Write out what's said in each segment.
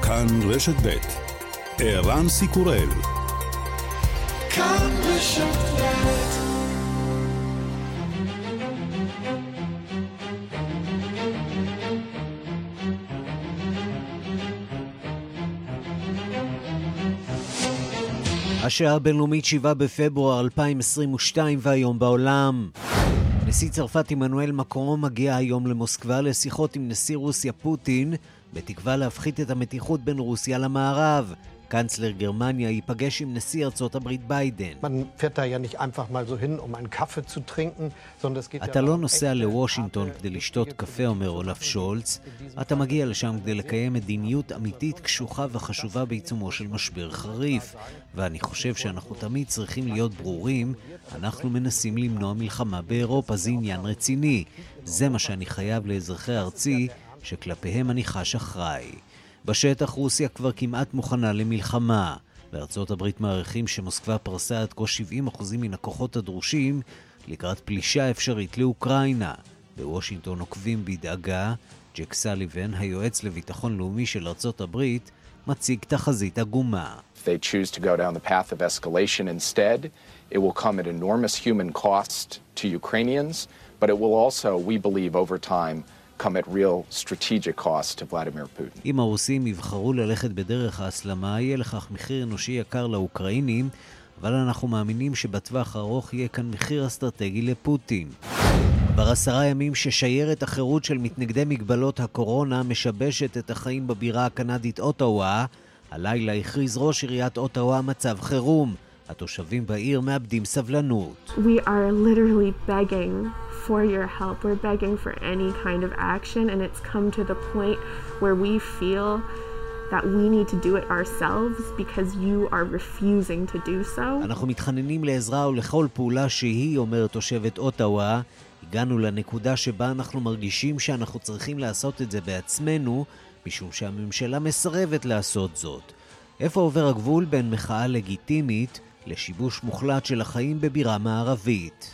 כאן רשת ב' ערן סיקורל. כאן רשת ב'. השעה הבינלאומית 7 בפברואר 2022 והיום בעולם. נשיא צרפת עמנואל מקרון מגיע היום למוסקבה לשיחות עם נשיא רוסיה פוטין, בתקווה להפחית את המתיחות בין רוסיה למערב. קנצלר גרמניה ייפגש עם נשיא ארצות הברית ביידן. אתה לא נוסע לוושינגטון כדי לשתות קפה, אומר אולף שולץ. אתה מגיע לשם כדי לקיים מדיניות אמיתית קשוחה וחשובה בעיצומו של משבר חריף. ואני חושב שאנחנו תמיד צריכים להיות ברורים. אנחנו מנסים למנוע מלחמה באירופה, זה עניין רציני. זה מה שאני חייב לאזרחי ארצי, שכלפיהם אני חש אחראי. בשטח רוסיה כבר כמעט מוכנה למלחמה. בארצות הברית מעריכים שמוסקבה פרסה עד כה 70% מן הכוחות הדרושים לקראת פלישה אפשרית לאוקראינה. בוושינגטון עוקבים בדאגה. ג'ק סליבן, היועץ לביטחון לאומי של ארצות הברית, מציג תחזית עגומה. If they choose to go down the path of escalation instead, it will come at enormous human cost to Ukrainians, but it will also, we believe, over time, come at real strategic cost to Vladimir Putin. אם הרוסים יבחרו ללכת בדרך ההסלמה, יהיה לכך מחיר אנושי יקר לאוקראינים, אבל אנחנו מאמינים שבטווח הארוך יהיה כאן מחיר אסטרטגי לפוטין. כבר 10 ימים ששיירת החירות של מתנגדי מגבלות הקורונה משבשת את החיים בבירה הקנדית אוטאווה. הלילה הכריז ראש עיריית אוטאווה מצב חירום. התושבים בעיר מאבדים סבלנות. We are literally begging for your help. We're begging for any kind of action, and it's come to the point where we feel that we need to do it ourselves because you are refusing to do so. אנחנו מתחננים לעזרה ולכל פעולה שהיא, אומרת תושבת אוטאווה. הגענו לנקודה שבה אנחנו מרגישים שאנחנו צריכים לעשות את זה בעצמנו, משום שהממשלה מסרבת לעשות זאת. איפה עובר הגבול בין מחאה לגיטימית לשיבוש מוחלט של החיים בבירה מערבית?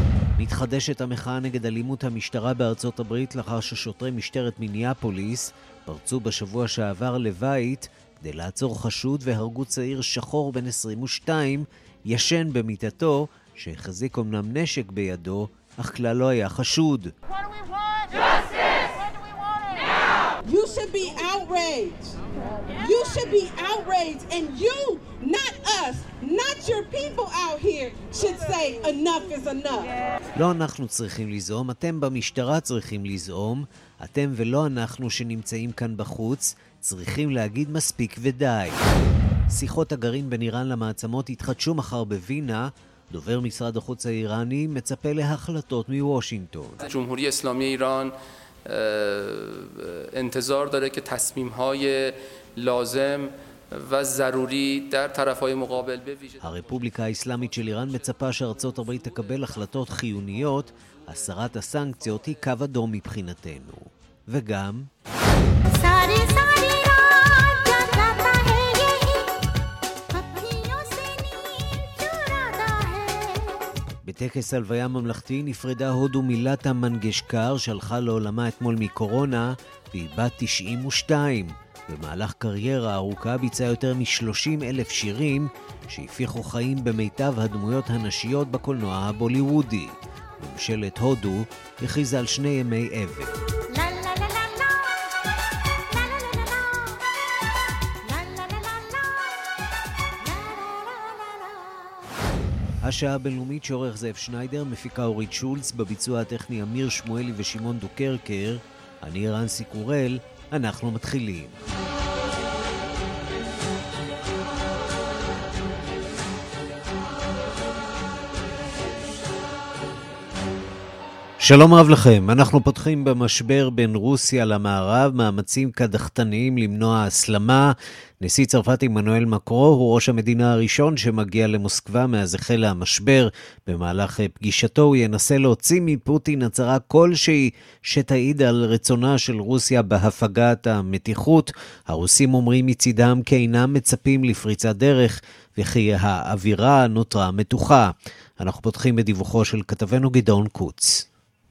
מתחדשת המחאה נגד אלימות המשטרה בארצות הברית לאחר ששוטרי משטרת מיניאפוליס פרצו בשבוע שעבר לבית כדי לעצור חשוד והרגו צעיר שחור בן 22 ישן במיטתו שהחזיק אומנם נשק בידו אך כלל לא היה חשוד. What do we want? Justice! When do we want it? Now! You should be outraged. You should be outraged, and you, not us, not your people out here, should say enough is enough. לא אנחנו צריכים לזעום, אתם במשטרה צריכים לזעום, אתם ולא אנחנו שנמצאים כאן בחוץ צריכים להגיד מספיק ודי. שיחות הגרעין בין איראן למעצמות התחדשו מחר בווינה. דובר משרד החוץ האיראני מצפה להחלטות מוושינגטון. جمهوری اسلامی ایران انتظار داره که تصمیم‌های لازم و ضروری در طرف‌های مقابل بویژه. הרפובליקה האסלאמית של איראן מצפה שארצות הברית תקבל החלטות חיוניות. הסרת הסנקציות היא קו אדום מבחינתנו. וגם בטקס הלוויה ממלכתי נפרדה הודו מילטה מנגשקר שהלכה לעולמה אתמול מקורונה והיא בת 92. במהלך קריירה ארוכה ביצעה יותר מ-30,000 שירים שהפיחו חיים במיטב הדמויות הנשיות בקולנוע הבוליוודי. ממשלת הודו הכריזה על 2 ימי אבל. השעה הבינלאומית שעורך זאב שניידר, מפיקה אורית שולץ, בביצוע הטכני אמיר שמואלי ושמעון דוקרקר. אני ערן סיקורל, אנחנו מתחילים. שלום רב לכם, אנחנו פותחים במשבר בין רוסיה למערב, מאמצים קדחתניים למנוע הסלמה. נשיא צרפת עמנואל מקרון הוא ראש המדינה הראשון שמגיע למוסקבה מאז החל המשבר. במהלך פגישתו הוא ינסה להוציא מפוטין הצהרה כלשהי שתעיד על רצונה של רוסיה בהפגת המתיחות. הרוסים אומרים מצידם כי אינם מצפים לפריצת דרך וכי האווירה נותרה מתוחה. אנחנו פותחים בדיווחו של כתבנו גדעון קוץ.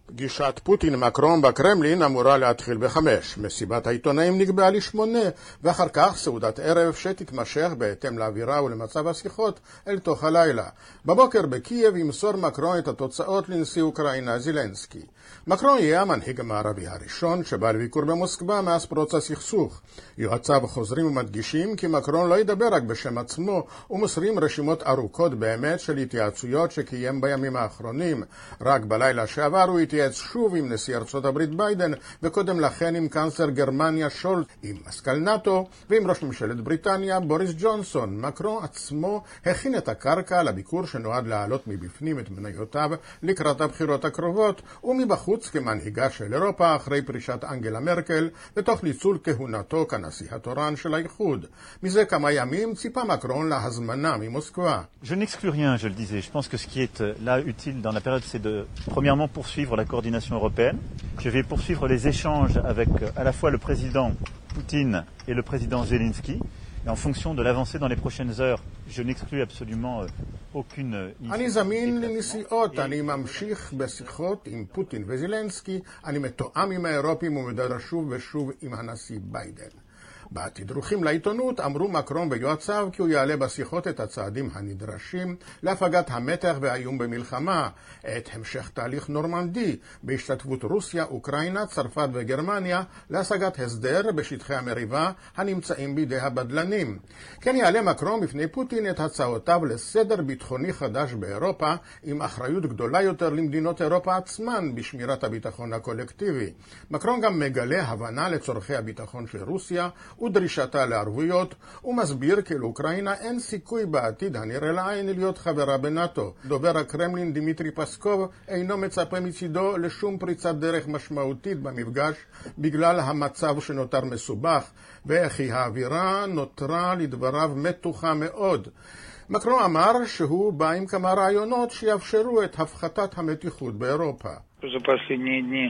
פגישת פוטין-מקרון בקרמלין אמורה להתחיל ב-5. מסיבת העיתונאים נקבעה ל-8, ואחר כך סעודת ערב שתתמשך בהתאם לאווירה ולמצב השיחות אל תוך הלילה. בבוקר בקייב ימסור מקרון את התוצאות לנשיא אוקראינה זלנסקי. מקרון יהיה המנהיג המערבי הראשון שבא לביקור במוסקבה מאז פרוץ הסכסוך. יועציו חוזרים ומדגישים כי מקרון לא ידבר רק בשם עצמו, ומוסרים רשימות ארוכות באמת של התייעצויות שקיים בימים האחרונים. רק בלילה שעבר הוא התייעץ שוב עם נשיא ארצות הברית ביידן, וקודם לכן עם קנצלר גרמניה שולץ, עם מזכ"ל נאטו ועם ראש ממשלת בריטניה בוריס ג'ונסון. מקרון עצמו הכין את הקרקע לביקור שנועד להעלות מבפנים את מניותיו לקראת הבחירות הקרובות, ומבחוץ כמנהיגה של אירופה אחרי פרישת אנגלה מרקל, ותוך ניצול כהונתו כנשיא התורן של האיחוד. מזה כמה ימים ציפה מקרון להזמנה ממוסקבה. Je n'exclus rien, je le disais. Je pense que ce qui est là utile dans la période, c'est de premièrement poursuivre la coordination européenne. Je vais poursuivre les échanges avec à la fois le président Poutine et le président Zelensky. Et en fonction de l'avancée dans les prochaines heures, je n'exclus absolument aucune issue. אני זמין לנסיעות, אני ממשיך בשיחות עם פוטין וזלנסקי, אני מתואם עם האירופים ומדבר שוב ושוב עם הנשיא ביידן. בתדרוכים לעיתונות אמרו מקרון ויועציו כי הוא יעלה בשיחות את הצעדים הנדרשים להפגת המתח והאיום במלחמה, את המשך תהליך נורמנדי בהשתתפות רוסיה, אוקראינה, צרפת וגרמניה להשגת הסדר בשטחי המריבה הנמצאים בידי הבדלנים. כן יעלה מקרון בפני פוטין את הצעותיו לסדר ביטחוני חדש באירופה עם אחריות גדולה יותר למדינות אירופה עצמן בשמירת הביטחון הקולקטיבי. מקרון גם מגלה הבנה לצורכי הביטחון של רוסיה ודרישתה לערבויות, ומסביר כי לאוקראינה אין סיכוי בעתיד הנראה לעין להיות חברה בנאטו. דובר הקרמלין דמיטרי פסקוב אינו מצפה מצידו לשום פריצת דרך משמעותית במפגש בגלל המצב שנותר מסובך, וכי האווירה נותרה לדבריו מתוחה מאוד. מקרון אמר שהוא בא עם כמה רעיונות שיאפשרו את הפחתת המתיחות באירופה. За последние дни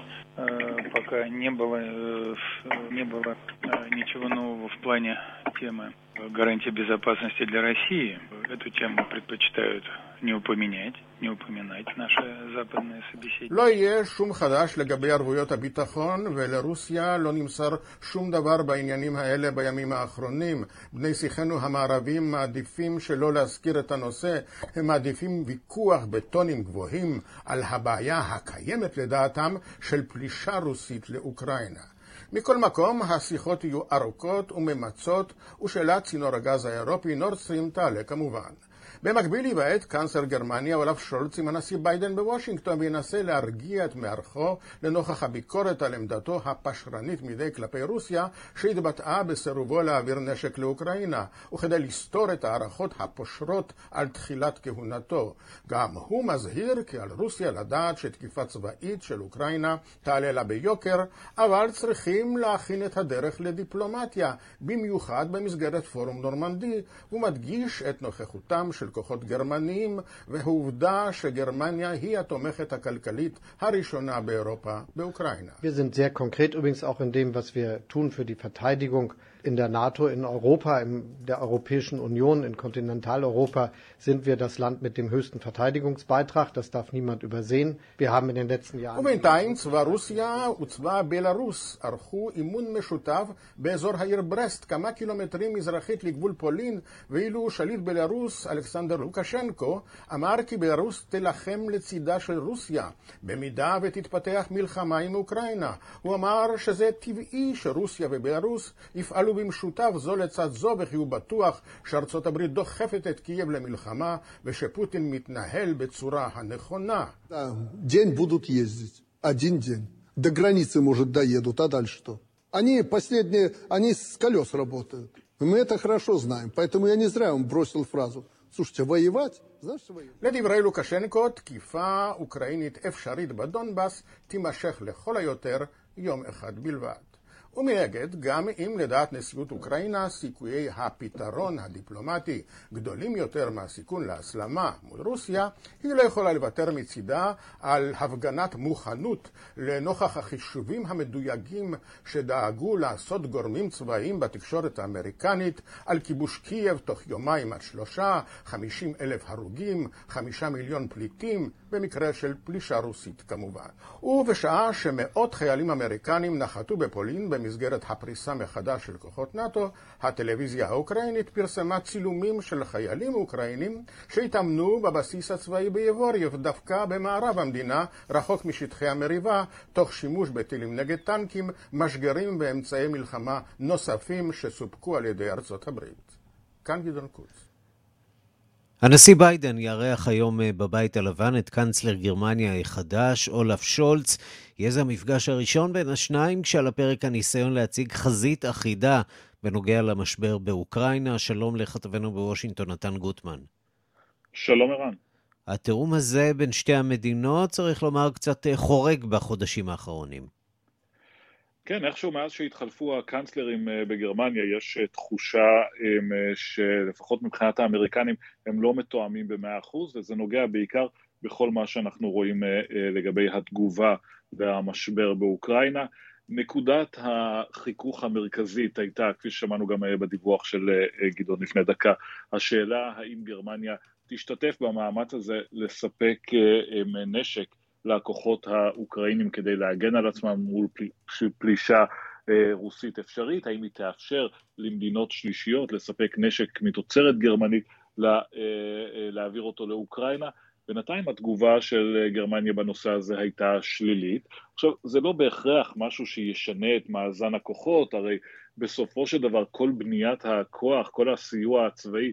пока не было ничего нового в плане темы гарантии безопасности для России. Эту тему предпочитают не упоминать наши западные собеседники. לא יהיה שום חדש לגבי ערבויות הביטחון, ולרוסיה לא נמסר שום דבר בעניינים האלה בימים האחרונים. בני שיחנו המערבים מעדיפים שלא להזכיר את הנושא, הם מעדיפים ויכוח בטונים גבוהים על הבעיה הקיימת לדעתם של פלישה רוסית לאוקראינה. מכל מקום, השיחות יהיו ארוכות וממצות, ושאלת צינור הגז האירופי נורד סטרים תעלה כמובן. במקביל ייוועד קנצלר גרמניה אולף שולץ עם הנשיא ביידן בוושינגטון וינסה להרגיע את מערכו לנוכח הביקורת על עמדתו הפשרנית מדי כלפי רוסיה שהתבטאה בסירובו להעביר נשק לאוקראינה, וכדי לסתור את הערכות הפושרות על תחילת כהונתו. גם הוא מזהיר כי על רוסיה לדעת שתקיפה צבאית של אוקראינה תעלה לה ביוקר, אבל צריכים להכין את הדרך לדיפלומטיה, במיוחד במסגרת פורום נורמנדי, ומדגיש את נוכחותם של כוחות גרמניים והעובדה שגרמניה היא התומכת הכלכלית הראשונה באירופה, באוקראינה. Wir sind sehr konkret übrigens auch in dem, was wir tun für die Verteidigung in der NATO, in Europa, in der Europäischen Union, in Kontinentaleuropa sind wir das Land mit dem höchsten Verteidigungsbeitrag, das darf niemand übersehen. Wir haben in den letzten Jahren... ובינתיים צבא רוסיה וצבא בלרוס ערכו אימון משותף באזור העיר ברסט, כמה קילומטרים מזרחית לגבול פולין, ואילו שליט בלרוס אלכסנדר לוקשנקו אמר כי בלרוס תלחם לצידה של רוסיה במידה ותתפתח מלחמה עם אוקראינה. הוא אמר שזה טבעי שרוסיה ובלרוס יפעלו במשותף זו לצד זו, וכי הוא בטוח שארצות הברית דוחפת את קייב למלחמה ושפוטין מתנהל בצורה הנכונה. День будут ездить. Один день. До границы, может, доедут, а дальше что? Они последние, они с колес работают. Мы это хорошо знаем, поэтому я не зря вам бросил фразу. Слушайте, воевать? Знаешь, что воевать? לדברי לוקשנקו, תקיפה אוקראינית אפשרית בדונבאס תימשך לכל היותר יום אחד בלבד. ומנגד, גם אם לדעת נשיאות אוקראינה סיכויי הפתרון הדיפלומטי גדולים יותר מהסיכון להסלמה מול רוסיה, היא לא יכולה לוותר מצידה על הפגנת מוכנות לנוכח החישובים המדויגים שדאגו לעשות גורמים צבאיים בתקשורת האמריקנית על כיבוש קייב תוך יומיים עד 3, 50,000 הרוגים, 5 מיליון פליטים במקרה של פלישה רוסית כמובן. ובשעה שמאות חיילים אמריקנים נחתו בפולין במסגרת הפריסה מחדש של כוחות נאט"ו, הטלוויזיה האוקראינית פרסמה צילומים של חיילים אוקראינים שהתאמנו בבסיס הצבאי ביבורייב, דווקא במערב המדינה, רחוק משטחי המריבה, תוך שימוש בטילים נגד טנקים, משגרים ואמצעי מלחמה נוספים שסופקו על ידי ארצות הברית. כאן גדעון קוץ. הנשיא ביידן יארח היום בבית הלבן את קנצלר גרמניה החדש, אולף שולץ. יהיה זה המפגש הראשון בין השניים, כשעל הפרק הניסיון להציג חזית אחידה בנוגע למשבר באוקראינה. שלום לכתבנו בוושינגטון, נתן גוטמן. שלום ערן. התאום הזה בין שתי המדינות, צריך לומר, קצת חורג בחודשים האחרונים. כן, איכשהו מאז שהתחלפו הקנצלרים בגרמניה, יש תחושה שלפחות מבחינת האמריקנים הם לא מתואמים ב100%, וזה נוגע בעיקר בכל מה שאנחנו רואים לגבי התגובה והמשבר באוקראינה. נקודת החיכוך המרכזית הייתה, כפי ששמענו גם בדיווח של גדעון לפני דקה, השאלה האם גרמניה תשתתף במאמץ הזה לספק נשק לכוחות האוקראינים כדי להגן על עצמם מול פלישה רוסית אפשרית, האם היא תאפשר למדינות שלישיות לספק נשק מתוצרת גרמנית להעביר אותו לאוקראינה. בינתיים התגובה של גרמניה בנושא הזה הייתה שלילית. עכשיו, זה לא בהכרח משהו שישנה את מאזן הכוחות, הרי בסופו של דבר כל בניית הכוח, כל הסיוע הצבאי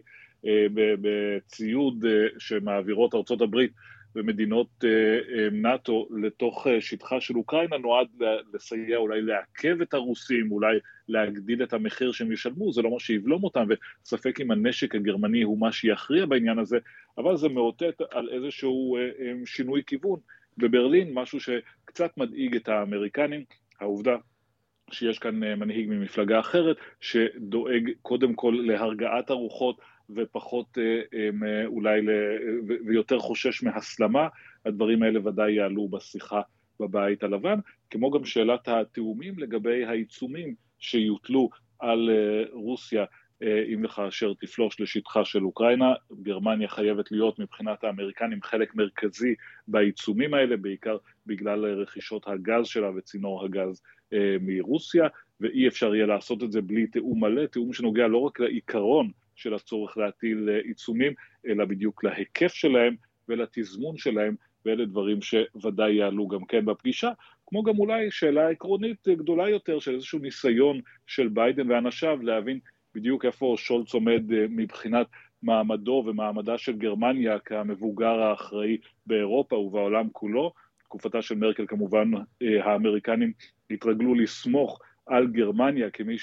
בציוד שמעבירות ארצות הברית ומדינות נאט"ו לתוך שטחה של אוקראינה נועד לסייע אולי לעכב את הרוסים, אולי להגדיל את המחיר שהם ישלמו, זה לא מה שיבלום אותם, וספק אם הנשק הגרמני הוא מה שיכריע בעניין הזה, אבל זה מאותת על איזשהו שינוי כיוון בברלין, משהו שקצת מדאיג את האמריקנים, העובדה שיש כאן מנהיג ממפלגה אחרת, שדואג קודם כל להרגעת הרוחות, ופחות אולי ויותר חושש מהסלמה. הדברים האלה ודאי יעלו בשיחה בבית הלבן, כמו גם שאלת התאומים לגבי העיצומים שיוטלו על רוסיה אם וכאשר תפלוש לשטחה של אוקראינה. גרמניה חייבת להיות מבחינת האמריקנים חלק מרכזי בעיצומים האלה, בעיקר בגלל רכישות הגז שלה וצינור הגז מרוסיה, ואי אפשר יהיה לעשות את זה בלי תאום מלא, תאום שנוגע לא רק לעיקרון של הצורך להטיל עיצומים, אלא בדיוק להיקף שלהם ולתזמון שלהם, ואלה דברים שוודאי יעלו גם כן בפגישה, כמו גם אולי שאלה עקרונית גדולה יותר של איזשהו ניסיון של ביידן ואנשיו להבין בדיוק איפה שולץ עומד מבחינת מעמדו ומעמדה של גרמניה כמבוגר האחראי באירופה ובעולם כולו. תקופתה של מרקל כמובן האמריקנים התרגלו לסמוך על גרמניה כמי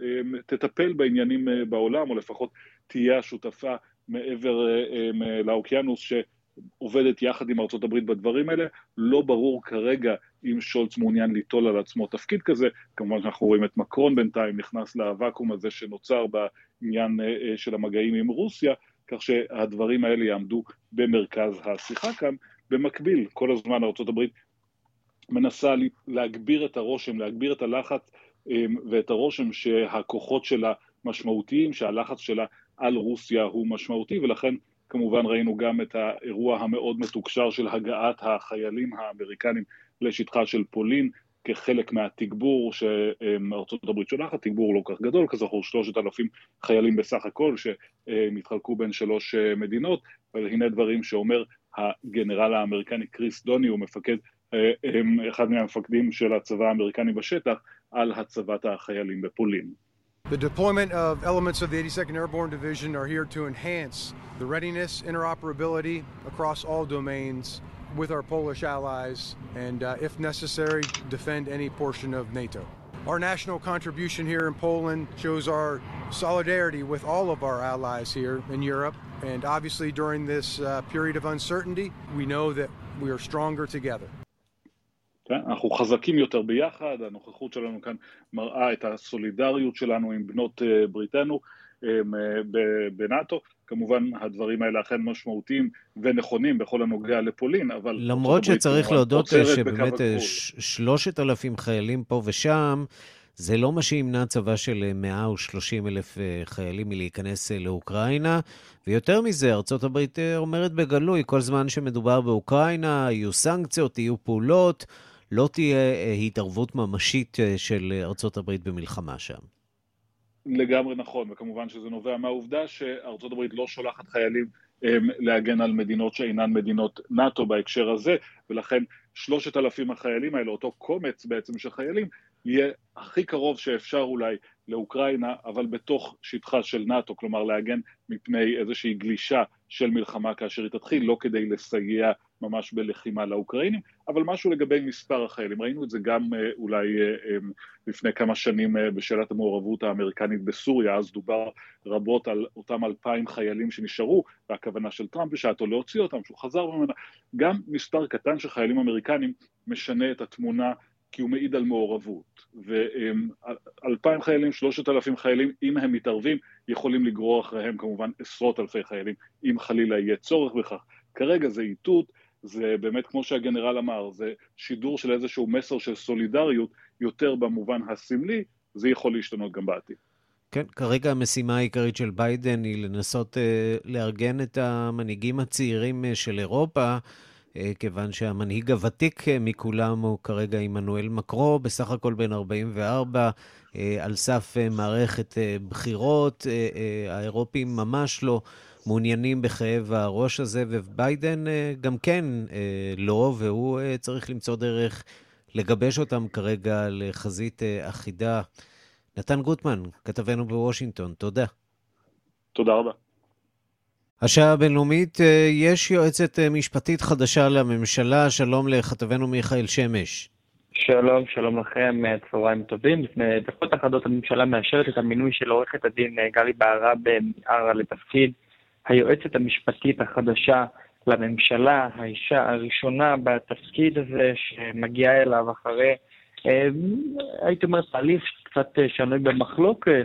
שתטפל בעניינים בעולם, או לפחות תהיה השותפה מעבר לאוקיינוס שעובדת יחד עם ארצות הברית בדברים האלה. לא ברור כרגע אם שולץ מעוניין ליטול על עצמו תפקיד כזה, כמובן שאנחנו רואים את מקרון בינתיים נכנס לוואקום הזה שנוצר בעניין של המגעים עם רוסיה, כך שהדברים האלה יעמדו במרכז השיחה כאן. במקביל, כל הזמן ארצות הברית מנסה להגביר את הרושם, להגביר את הלחץ ואת הרושם שהכוחות שלה משמעותיים, שהלחץ שלה על רוסיה הוא משמעותי, ולכן כמובן ראינו גם את האירוע המאוד מתוקשר של הגעת החיילים האמריקנים לשטחה של פולין, כחלק מהתגבור שארצות הברית שולחת, תגבור לא כך גדול, כזכור 3,000 חיילים בסך הכל שמתחלקו בין 3 מדינות, אבל הנה דברים שאומר הגנרל האמריקני קריס דוני, הוא מפקד, אחד מהמפקדים של הצבא האמריקני בשטח, על הצבת החיילים בפולין. The deployment of elements of the 82nd Airborne Division are here to enhance the readiness, interoperability across all domains with our Polish allies and, if necessary, defend any portion of NATO. Our national contribution here in Poland shows our solidarity with all of our allies here in Europe, and obviously during this period of uncertainty, we know that we are stronger together. אנחנו חזקים יותר ביחד, הנוכחות שלנו כאן מראה את הסולידריות שלנו עם בנות בריתנו בנאטו. כמובן הדברים האלה אכן משמעותיים ונכונים בכל הנוגע לפולין, אבל למרות שצריך להודות שבאמת 3,000 חיילים פה ושם, זה לא מה שימנע צבא של 130,000 חיילים מלהיכנס לאוקראינה, ויותר מזה, ארצות הברית אומרת בגלוי, כל זמן שמדובר באוקראינה, יהיו סנקציות, יהיו פעולות, לא תהיה התערבות ממשית של ארצות הברית במלחמה שם. לגמרי נכון, וכמובן שזה נובע מהעובדה שארצות הברית לא שולחת חיילים להגן על מדינות שאינן מדינות נאטו בהקשר הזה, ולכן 3,000 החיילים האלה, אותו קומץ בעצם של חיילים, יהיה הכי קרוב שאפשר אולי לאוקראינה, אבל בתוך שטחה של נאטו, כלומר להגן מפני איזושהי גלישה של מלחמה כאשר היא תתחיל, לא כדי לסייע ממש בלחימה לאוקראינים, אבל משהו לגבי מספר החיילים. ראינו את זה גם אולי לפני כמה שנים בשאלת המעורבות האמריקנית בסוריה, אז דובר רבות על אותם 2,000 חיילים שנשארו, והכוונה של טראמפ בשעתו להוציא אותם, שהוא חזר ממנה. גם מספר קטן של חיילים אמריקנים משנה את התמונה, כי הוא מעיד על מעורבות. ו2,000 חיילים, 3,000 חיילים, אם הם מתערבים, יכולים לגרור אחריהם כמובן עשרות אלפי חיילים, אם חלילה יהיה צורך בכך. כרגע זה איתות, זה באמת כמו שהגנרל אמר, זה שידור של איזשהו מסר של סולידריות, יותר במובן הסמלי, זה יכול להשתנות גם בעתיד. כן, כרגע המשימה העיקרית של ביידן היא לנסות לארגן את המנהיגים הצעירים של אירופה, כיוון שהמנהיג הוותיק מכולם הוא כרגע עמנואל מקרו, בסך הכל בן 44, על סף מערכת בחירות, האירופים ממש לא מעוניינים בכאב הראש הזה, וביידן גם כן לא, והוא צריך למצוא דרך לגבש אותם כרגע לחזית אחידה. נתן גוטמן, כתבנו בוושינגטון, תודה. תודה רבה. השעה הבינלאומית, יש יועצת משפטית חדשה לממשלה, שלום לכתבנו מיכאל שמש. שלום, שלום לכם, צהריים טובים. לפני דקות אחדות הממשלה מאשרת את המינוי של עורכת הדין גלי בהרב מיארה לתפקיד היועצת המשפטית החדשה לממשלה, האישה הראשונה בתפקיד הזה שמגיעה אליו אחרי, הייתי אומר, תהליך קצת שנוי במחלוקת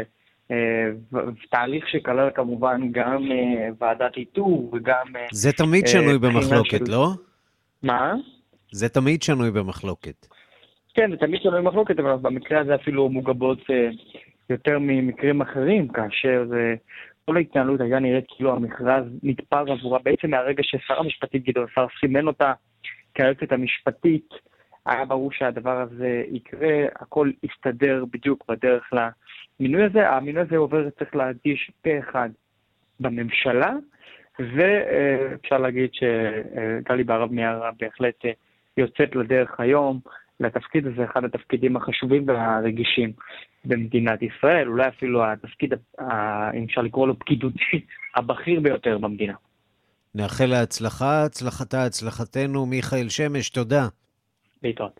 ותהליך שכלל כמובן גם ועדת איתור וגם... זה תמיד שנוי במחלוקת, לא? מה? זה תמיד שנוי במחלוקת. כן, זה תמיד שנוי במחלוקת, אבל במקרה הזה אפילו מוגבות יותר ממקרים אחרים, כאשר זה... כל ההתנהלות היה נראית כאילו המכרז נתפר עבורה, בעצם מהרגע ששר המשפטית גדעון סער סימן אותה כיועצת המשפטית, היה ברור שהדבר הזה יקרה, הכל יסתדר בדיוק בדרך למינוי הזה. המינוי הזה עובר, צריך להדגיש, פה אחד בממשלה, ואפשר להגיד שגלי בהרב מיארה בהחלט יוצאת לדרך היום, לתפקיד הזה, אחד התפקידים החשובים והרגישים במדינת ישראל, אולי אפילו התפקיד, אם אפשר לקרוא לו פקידותי, הבכיר ביותר במדינה. נאחל להצלחה, הצלחתה, הצלחתנו. מיכאל שמש, תודה. להתראות.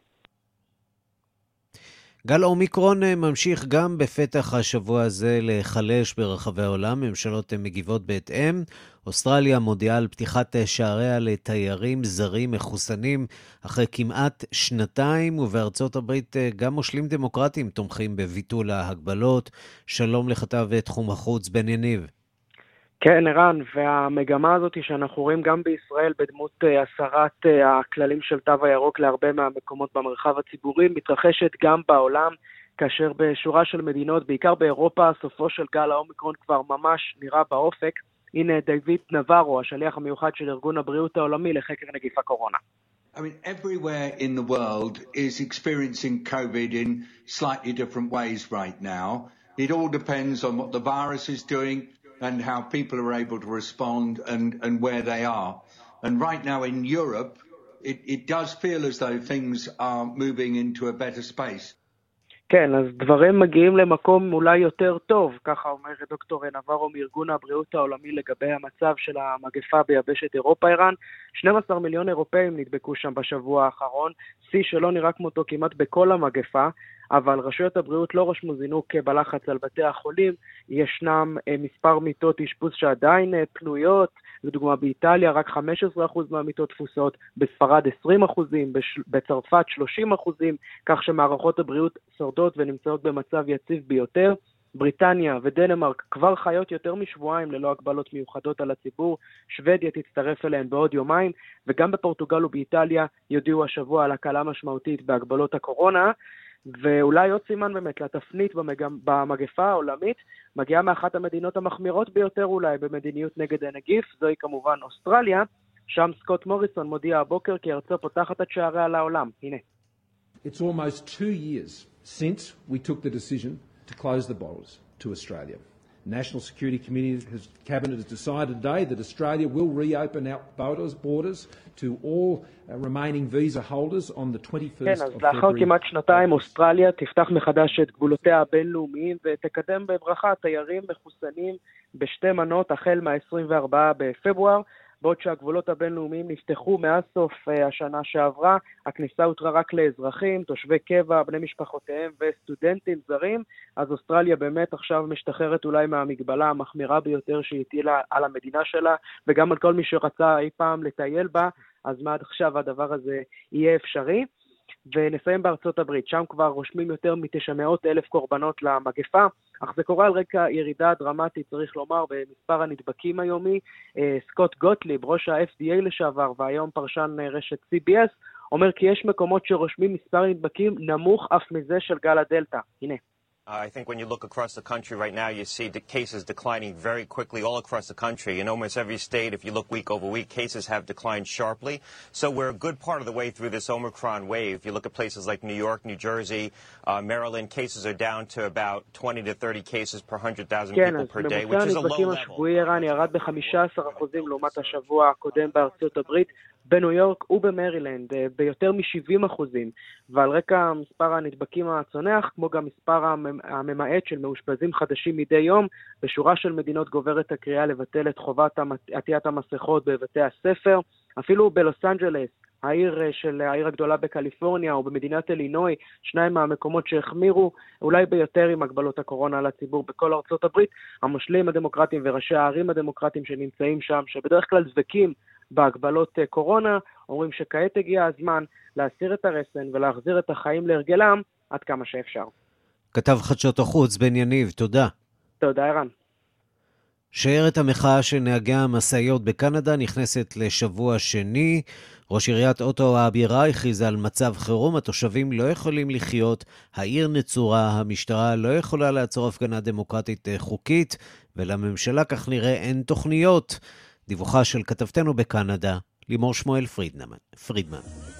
גל אומיקרון ממשיך גם בפתח השבוע הזה לחלש ברחבי העולם, ממשלות מגיבות בהתאם. אוסטרליה מודיעה על פתיחת שעריה לתיירים זרים מחוסנים אחרי כמעט שנתיים, ובארצות הברית גם מושלים דמוקרטיים תומכים בביטול ההגבלות. שלום לכתב תחום החוץ בן יניב. כן, ערן, והמגמה הזאת שאנחנו רואים גם בישראל בדמות הסרת הכללים של תו הירוק להרבה מהמקומות במרחב הציבורי, מתרחשת גם בעולם, כאשר בשורה של מדינות, בעיקר באירופה, סופו של גל האומיקרון כבר ממש נראה באופק. הנה דיוויד נברו, השליח המיוחד של ארגון הבריאות העולמי לחקר נגיף הקורונה. I mean, everywhere in the world is experiencing COVID in slightly different ways right now. It all depends on what the virus is doing and how people are able to respond and where they are. And right now in Europe, it does feel as though things are moving into a better space. כן, אז דברים מגיעים למקום אולי יותר טוב, ככה אומר דוקטור נברו מארגון הבריאות העולמי לגבי המצב של המגפה ביבשת אירופה. ערן, 12 מיליון אירופאים נדבקו שם בשבוע האחרון, שיא שלא נראה כמותו כמעט בכל המגפה, אבל רשויות הבריאות לא רשמו זינוק בלחץ על בתי החולים. ישנם מספר מיטות אשפוז שעדיין פנויות, לדוגמה באיטליה רק 15% מהמיטות תפוסות, בספרד 20%, בצרפת 30%, כך שמערכות הבריאות שורדות ונמצאות במצב יציב ביותר. בריטניה ודנמרק כבר חיות יותר משבועיים ללא הגבלות מיוחדות על הציבור, שוודיה תצטרף אליהן בעוד יומיים, וגם בפורטוגל ובאיטליה יודיעו השבוע על הקלה משמעותית בהגבלות הקורונה. ואולי עוד סימן באמת לתפנית במגפה העולמית, מגיעה מאחת המדינות המחמירות ביותר אולי במדיניות נגד הנגיף, זוהי כמובן אוסטרליה, שם סקוט מוריסון מודיע הבוקר כי ארצו פותחת את שעריה לעולם. הנה. It's almost 2 years since we took the decision to close the borders to Australia. The National Security Cabinet has decided today that Australia will reopen our borders to all remaining visa holders on the 21st כן, of אז לאחר February. כמעט שנתיים אוסטרליה תפתח מחדש את גבולותיה הבינלאומיים ותקדם בברכה תיירים מחוסנים בשתי מנות החל מה-24 בפברואר, בעוד שהגבולות הבינלאומיים נפתחו מאז סוף השנה שעברה. הכניסה הותרה רק לאזרחים, תושבי קבע, בני משפחותיהם וסטודנטים זרים. אז אוסטרליה באמת עכשיו משתחררת אולי מהמגבלה המחמירה ביותר שהיא הטילה על המדינה שלה, וגם על כל מי שרצה אי פעם לטייל בה, אז מה עד עכשיו הדבר הזה יהיה אפשרי. ונסיים בארצות הברית, שם כבר רושמים יותר מ900,000 קורבנות למגפה, אך זה קורה על רקע ירידה דרמטית, צריך לומר, במספר הנדבקים היומי. סקוט גוטליב, ראש ה-FDA לשעבר והיום פרשן רשת CBS, אומר כי יש מקומות שרושמים מספר נדבקים נמוך אף מזה של גל הדלטה. הנה. I think when you look across the country right now, you see the cases declining very quickly all across the country. In almost every state, if you look week over week, cases have declined sharply. So we're a good part of the way through this Omicron wave. If you look at places like New York, New Jersey, Maryland, cases are down to about 20 to 30 cases per 100,000 people per day, which is a low level. השבועי איראן ירד ב-15% לעומת השבוע הקודם בארצות הברית, בניו יורק ובמרילנד ביותר מ-70%, ועל רקע מספר הנדבקים הצונח, כמו גם מספר הממעט של מאושפזים חדשים מדי יום, בשורה של מדינות גוברת הקריאה לבטל את חובת עטיית המסכות בבתי הספר. אפילו בלוס אנג'לס, העיר הגדולה בקליפורניה או במדינת אלינוי, שניים מהמקומות שהחמירו אולי ביותר עם הגבלות הקורונה על הציבור בכל ארצות הברית, המושלים הדמוקרטיים וראשי הערים הדמוקרטיים שנמצאים שם, שבדרך כלל דבקים בהגבלות קורונה, אומרים שכעת הגיע הזמן להסיר את הרסן ולהחזיר את החיים להרגלם עד כמה שאפשר. כתב חדשות החוץ בן יניב, תודה. תודה ערן. שיירת המחאה של נהגי המשאיות בקנדה נכנסת לשבוע שני. ראש עיריית אוטווה הבירה הכריזה על מצב חירום, התושבים לא יכולים לחיות, העיר נצורה, המשטרה לא יכולה לעצור הפגנה דמוקרטית חוקית, ולממשלה כך נראה אין תוכניות. דיווחה של כתבתנו בקנדה, לימור שמואל פרידמן.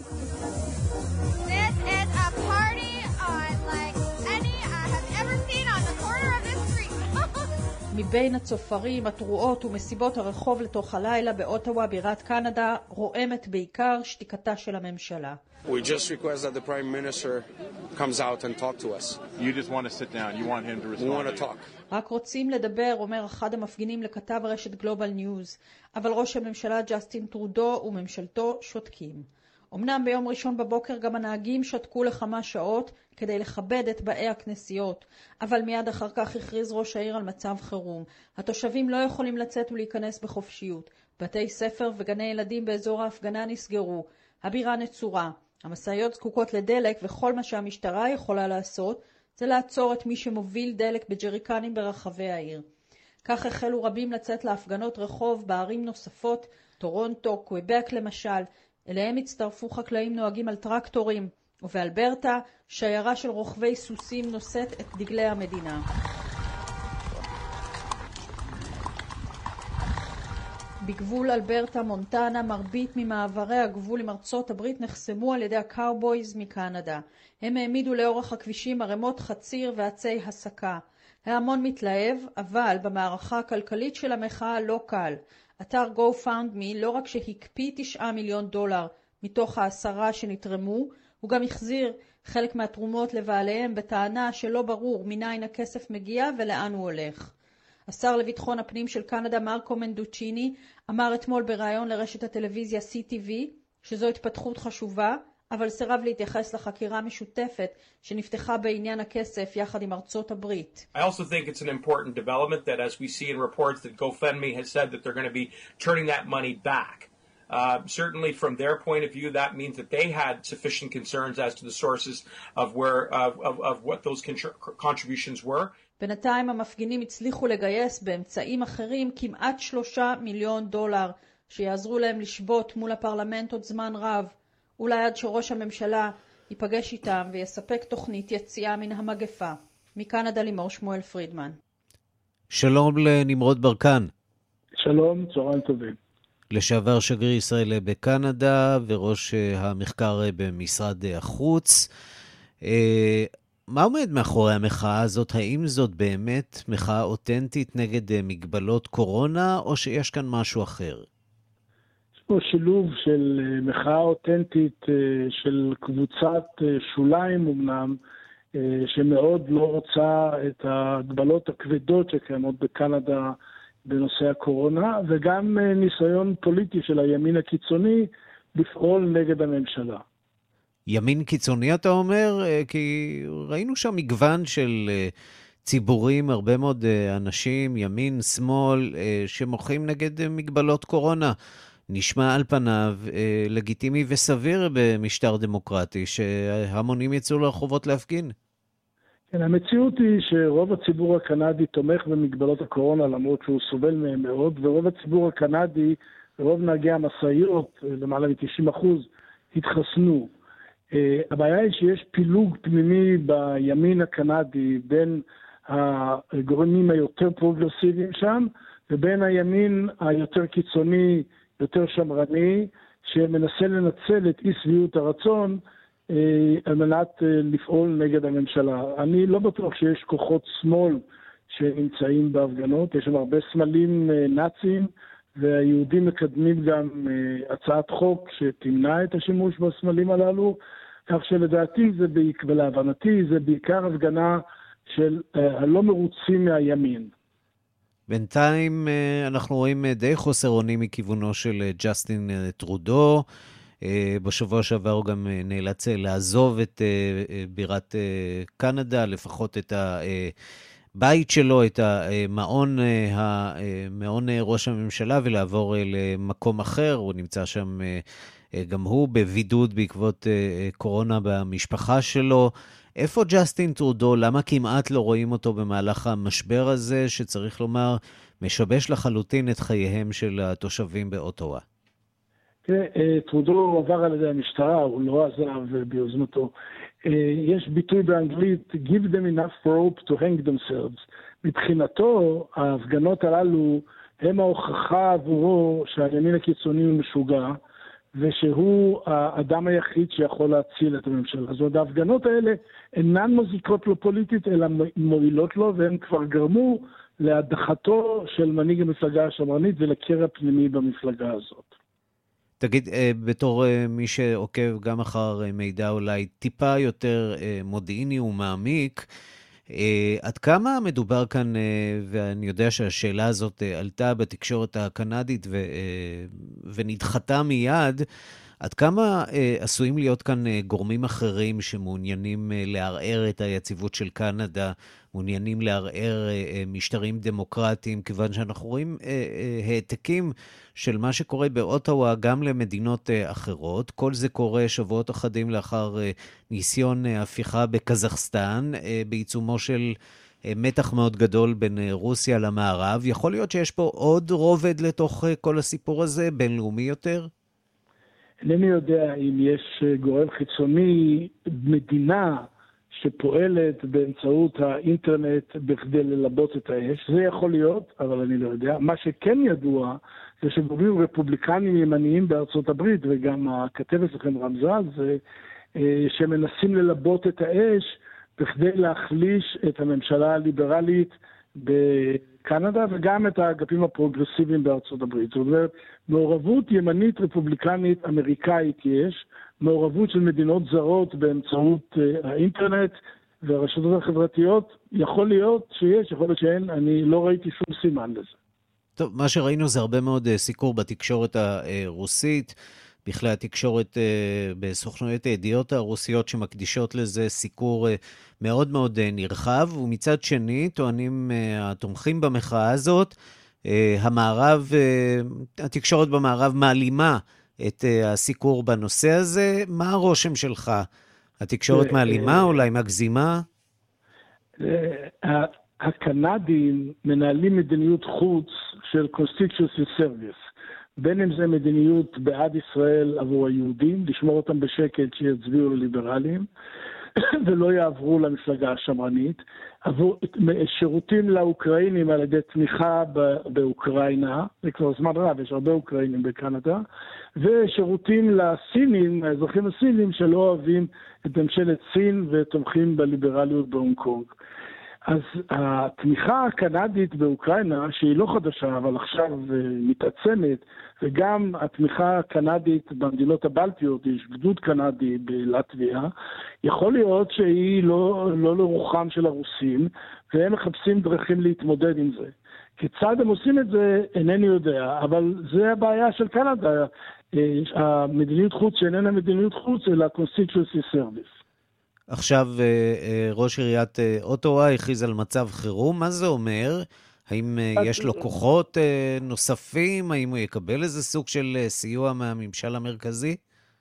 מבין הצופרים, התרועות ומסיבות הרחוב לתוך הלילה באוטווה בירת קנדה רועמת בעיקר שתיקתה של הממשלה. We just request that the Prime Minister comes out and talk to us. You just want to sit down. You want him to respond. We want to talk. רק רוצים לדבר, אומר אחד המפגינים לכתב רשת גלובל ניוז, אבל ראש הממשלה ג'סטין טרודו וממשלתו שותקים. אמנם ביום ראשון בבוקר גם הנהגים שתקו לכמה שעות כדי לכבד את באי הכנסיות, אבל מיד אחר כך הכריז ראש העיר על מצב חירום. התושבים לא יכולים לצאת ולהיכנס בחופשיות. בתי ספר וגני ילדים באזור ההפגנה נסגרו. הבירה נצורה. המשאיות זקוקות לדלק, וכל מה שהמשטרה יכולה לעשות זה לעצור את מי שמוביל דלק בג'ריקנים ברחבי העיר. כך החלו רבים לצאת להפגנות רחוב בערים נוספות, טורונטו, קוויבק למשל. אליהם הצטרפו חקלאים נוהגים על טרקטורים, ובאלברטה שיירה של רוכבי סוסים נושאת את דגלי המדינה. בגבול אלברטה מונטנה מרבית ממעברי הגבול עם ארצות הברית נחסמו על ידי הקאובויז מקנדה. הם העמידו לאורך הכבישים ערימות חציר ועצי הסקה. ההמון מתלהב, אבל במערכה הכלכלית של המחאה לא קל. אתר GoFundMe לא רק שהקפיא $9 מיליון מתוך 10 שנתרמו, הוא גם החזיר חלק מהתרומות לבעליהם בטענה שלא ברור מניין הכסף מגיע ולאן הוא הולך. השר לביטחון הפנים של קנדה מרקו מנדוצ'יני אמר אתמול בראיון לרשת הטלוויזיה CTV שזו התפתחות חשובה, אבל סירב להתייחס לחקירה משותפת שנפתחה בעניין הכסף יחד עם ארצות הברית. I also think it's an important development that as we see in reports that GoFundMe has said that they're going to be turning that money back. Certainly from their point of view that means that they had sufficient concerns as to the sources of where of what those contributions were. בינתיים המפגינים הצליחו לגייס באמצעים אחרים כמעט $3 מיליון שיעזרו להם לשבות מול הפרלמנט עוד זמן רב. אולי עד שראש הממשלה ייפגש איתם ויספק תוכנית יציאה מן המגפה. מקנדה לימור שמואל פרידמן. שלום לנמרוד ברקן. שלום, צהריים טובים. לשעבר שגריר ישראל בקנדה וראש המחקר במשרד החוץ. מה עומד מאחורי המחאה הזאת? האם זאת באמת מחאה אותנטית נגד מגבלות קורונה, או שיש כאן משהו אחר? יש פה שילוב של מחאה אותנטית של קבוצת שוליים אמנם, שמאוד לא רוצה את ההגבלות הכבדות שקיימות בקנדה בנושא הקורונה, וגם ניסיון פוליטי של הימין הקיצוני לפעול נגד הממשלה. ימין קיצוני אתה אומר? כי ראינו שם מגוון של ציבורים, הרבה מאוד אנשים, ימין, שמאל, שמוחים נגד מגבלות קורונה. נשמע על פניו לגיטימי וסביר במשטר דמוקרטי, שהמונים יצאו לרחובות להפגין. כן, המציאות היא שרוב הציבור הקנדי תומך במגבלות הקורונה, למרות שהוא סובל מהם מאוד, ורוב הציבור הקנדי, רוב נהגי המשאיות, למעלה מ-90%, התחסנו. הבעיה היא שיש פילוג פנימי בימין הקנדי בין הגורמים היותר פרוגרסיביים שם, ובין הימין היותר קיצוני, יותר שמרני, שמנסה לנצל את אי שביעות הרצון על מנת לפעול נגד הממשלה. אני לא בטוח שיש כוחות שמאל שנמצאים בהפגנות, יש שם הרבה סמלים נאציים, והיהודים מקדמים גם הצעת חוק שתמנע את השימוש בסמלים הללו, כך שלדעתי ולהבנתי זה בעיקר הפגנה של הלא מרוצים מהימין. בינתיים אנחנו רואים די חוסר אונים מכיוונו של ג'סטין טרודו. בשבוע שעבר הוא גם נאלץ לעזוב את בירת קנדה, לפחות את הבית שלו, את המעון ראש הממשלה, ולעבור למקום אחר. הוא נמצא שם גם הוא בבידוד בעקבות קורונה במשפחה שלו. איפה ג'סטין טרודו? למה כמעט לא רואים אותו במהלך המשבר הזה, שצריך לומר, משבש לחלוטין את חייהם של התושבים באוטווה? טרודו עבר על ידי המשטרה, הוא לא עזב ביוזמתו. יש ביטוי באנגלית, give them enough rope to hang themselves. מבחינתו, ההפגנות הללו הם ההוכחה עבורו שהימין הקיצוני הוא משוגע, ושהוא האדם היחיד שיכול להציל את הממשלה. זאת אומרת, ההפגנות האלה אינן מזיקות לו פוליטית, אלא מועילות לו, והם כבר גרמו להדחתו של מנהיג המפלגה השמרנית ולקרע פנימי במפלגה הזאת. תגיד, בתור מי שעוקב גם אחר מידע אולי טיפה יותר מודיעיני ומעמיק, עד כמה מדובר כאן, ואני יודע שהשאלה הזאת עלתה בתקשורת הקנדית ונדחתה מיד, עד כמה עשויים להיות כאן גורמים אחרים שמעוניינים לערער את היציבות של קנדה, מעוניינים לערער משטרים דמוקרטיים, כיוון שאנחנו רואים העתקים של מה שקורה באוטווה גם למדינות אחרות. כל זה קורה שבועות אחדים לאחר ניסיון הפיכה בקזחסטן, בעיצומו של מתח מאוד גדול בין רוסיה למערב. יכול להיות שיש פה עוד רובד לתוך כל הסיפור הזה, בינלאומי יותר? אינני יודע אם יש גורם חיצוני, מדינה שפועלת באמצעות האינטרנט בכדי ללבות את האש. זה יכול להיות, אבל אני לא יודע. מה שכן ידוע זה שגורמים רפובליקנים ימניים בארצות הברית, וגם הכתב אצלכם רמזה על זה, שמנסים ללבות את האש בכדי להחליש את הממשלה הליברלית בקנדה, וגם את האגפים הפרוגרסיביים בארצות הברית. זאת אומרת, מעורבות ימנית רפובליקנית אמריקאית יש, מעורבות של מדינות זרות באמצעות האינטרנט והרשתות החברתיות, יכול להיות שיש, יכול להיות שאין, אני לא ראיתי שום סימן לזה. טוב, מה שראינו זה הרבה מאוד סיקור בתקשורת הרוסית, בכלל התקשורת בסוכנויות הידיעות הרוסיות שמקדישות לזה סיקור מאוד מאוד נרחב, ומצד שני טוענים התומכים במחאה הזאת, המערב, התקשורת במערב מעלימה את הסיקור בנושא הזה. מה הרושם שלך? התקשורת מעלימה, אולי מגזימה? הקנדים מנהלים מדיניות חוץ של constituency service, בין אם זה מדיניות בעד ישראל עבור היהודים, לשמור אותם בשקט שיצביעו לליברלים, ולא יעברו למפלגה השמרנית, עבור שירותים לאוקראינים על ידי תמיכה באוקראינה, זה כבר זמן רב, יש הרבה אוקראינים בקנדה, ושירותים לסינים, האזרחים הסינים שלא אוהבים את ממשלת סין ותומכים בליברליות בהונג קונג. אז התמיכה הקנדית באוקראינה, שהיא לא חדשה, אבל עכשיו מתעצמת, וגם התמיכה הקנדית במדינות הבלטיות, יש גדוד קנדי בלטביה, יכול להיות שהיא לא לרוחם של הרוסים, והם מחפשים דרכים להתמודד עם זה. כיצד הם עושים את זה, אינני יודע, אבל זה הבעיה של קנדה, המדיניות חוץ שאיננה מדיניות חוץ, אלא constituency service. עכשיו ראש עיריית אוטווה הכריז על מצב חירום, מה זה אומר? האם יש לו כוחות נוספים? האם הוא יקבל איזה סוג של סיוע מהממשל המרכזי?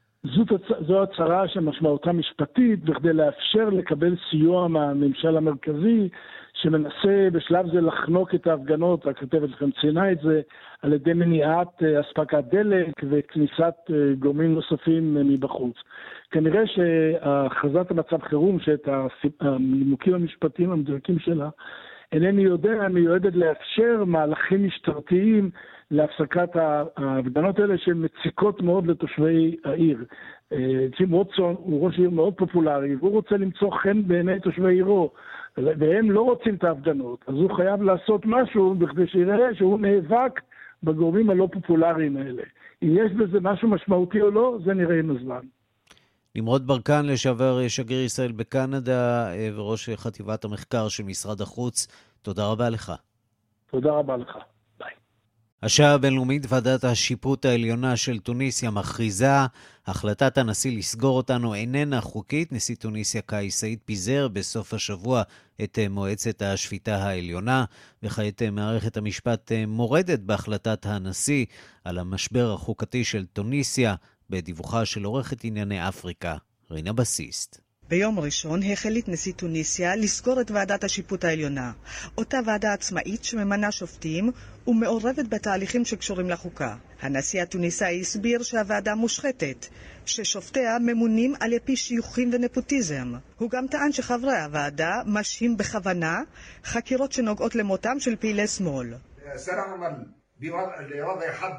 זו הצהרה שמשמעותה משפטית, בכדי לאפשר לקבל סיוע מהממשל המרכזי, שמנסה בשלב זה לחנוק את ההפגנות, הכתבת לכם ציינה את זה, על ידי מניעת אספקת דלק וכניסת גורמים נוספים מבחוץ. כנראה שהכרזת המצב חירום, שאת הנימוקים המשפטיים המדויקים שלה, אינני יודע, מיועדת לאפשר מהלכים משטרתיים להפסקת ההפגנות האלה שהן מציקות מאוד לתושבי העיר. ג'ים ווטסון הוא ראש עיר מאוד פופולרי, והוא רוצה למצוא חן בעיני תושבי עירו, והם לא רוצים את ההפגנות, אז הוא חייב לעשות משהו בכדי שיראה שהוא נאבק בגורמים הלא פופולריים האלה. אם יש בזה משהו משמעותי או לא, זה נראה עם הזמן. נמרוד ברקן, לשעבר שגריר ישראל בקנדה וראש חטיבת המחקר של משרד החוץ, תודה רבה לך. תודה רבה לך. ביי. השעה הבינלאומית, ועדת השיפוט העליונה של טוניסיה מכריזה, החלטת הנשיא לסגור אותנו איננה חוקית. נשיא טוניסיה קאיס סעיד פיזר בסוף השבוע את מועצת השפיטה העליונה, וכעת מערכת המשפט מורדת בהחלטת הנשיא על המשבר החוקתי של טוניסיה, בדיווחה של עורכת ענייני אפריקה, רינה בסיסט. ביום ראשון החליט נשיא טוניסיה לסגור את ועדת השיפוט העליונה, אותה ועדה עצמאית שממנה שופטים ומעורבת בתהליכים שקשורים לחוקה. הנשיא הטוניסאי הסביר שהוועדה מושחתת, ששופטיה ממונים על יפי שיוחים ונפוטיזם. הוא גם טען שחברי הוועדה משהים בכוונה חקירות שנוגעות למותם של פעילי שמאל. سنعمل لوضع حد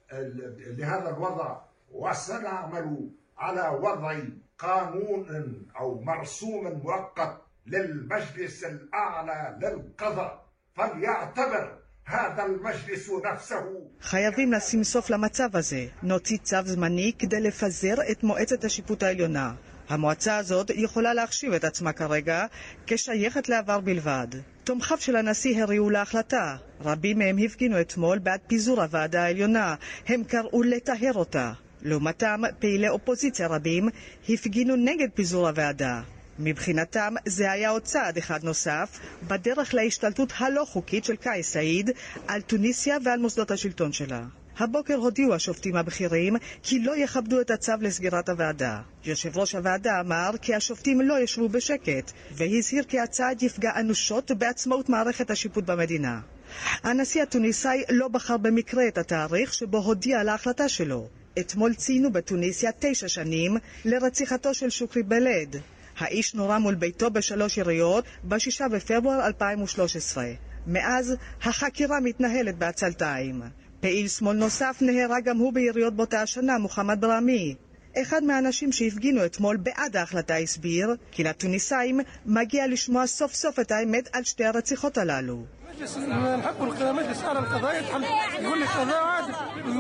لهذا الوضع وسنعمل على وضع قانون أو مرسوم مؤقت للمجلس الأعلى للقضاء فليعتبر هذا المجلس نفسه. חייבים לשים סוף למצב הזה. נוציא צו זמני כדי לפזר את מועצת השיפוט העליונה. המועצה הזאת יכולה להחשיב את עצמה כרגע כשייכת לעבר בלבד. תומכיו של הנשיא הריעו להחלטה. רבים מהם הפגינו אתמול בעד פיזור הוועדה העליונה. הם קראו לטהר אותה. לעומתם, פעילי אופוזיציה רבים הפגינו נגד פיזור הוועדה. מבחינתם זה היה עוד צעד אחד נוסף בדרך להשתלטות הלא חוקית של קאיס סעיד על טוניסיה ועל מוסדות השלטון שלה. הבוקר הודיעו השופטים הבכירים כי לא יכבדו את הצו לסגירת הוועדה. יושב ראש הוועדה אמר כי השופטים לא ישבו בשקט, והזהיר כי הצעד יפגע אנושות בעצמאות מערכת השיפוט במדינה. הנשיא הטוניסאי לא בחר במקרה את התאריך שבו הודיע על ההחלטה שלו. אתמול ציינו בטוניסיה 9 שנים לרציחתו של שוקרי בלד. האיש נורה מול ביתו ב3 יריות ב6 בפברואר 2013. מאז החקירה מתנהלת בעצלתיים. פעיל שמאל נוסף נהרג גם הוא ביריות באותה השנה, מוחמד ברמי. אחד מהאנשים שהפגינו אתמול בעד ההחלטה הסביר כי לטוניסאים מגיע לשמוע סוף סוף את האמת על שתי הרציחות הללו. نحب المجلس على القضاء يتحل يقول لي قضاء عادل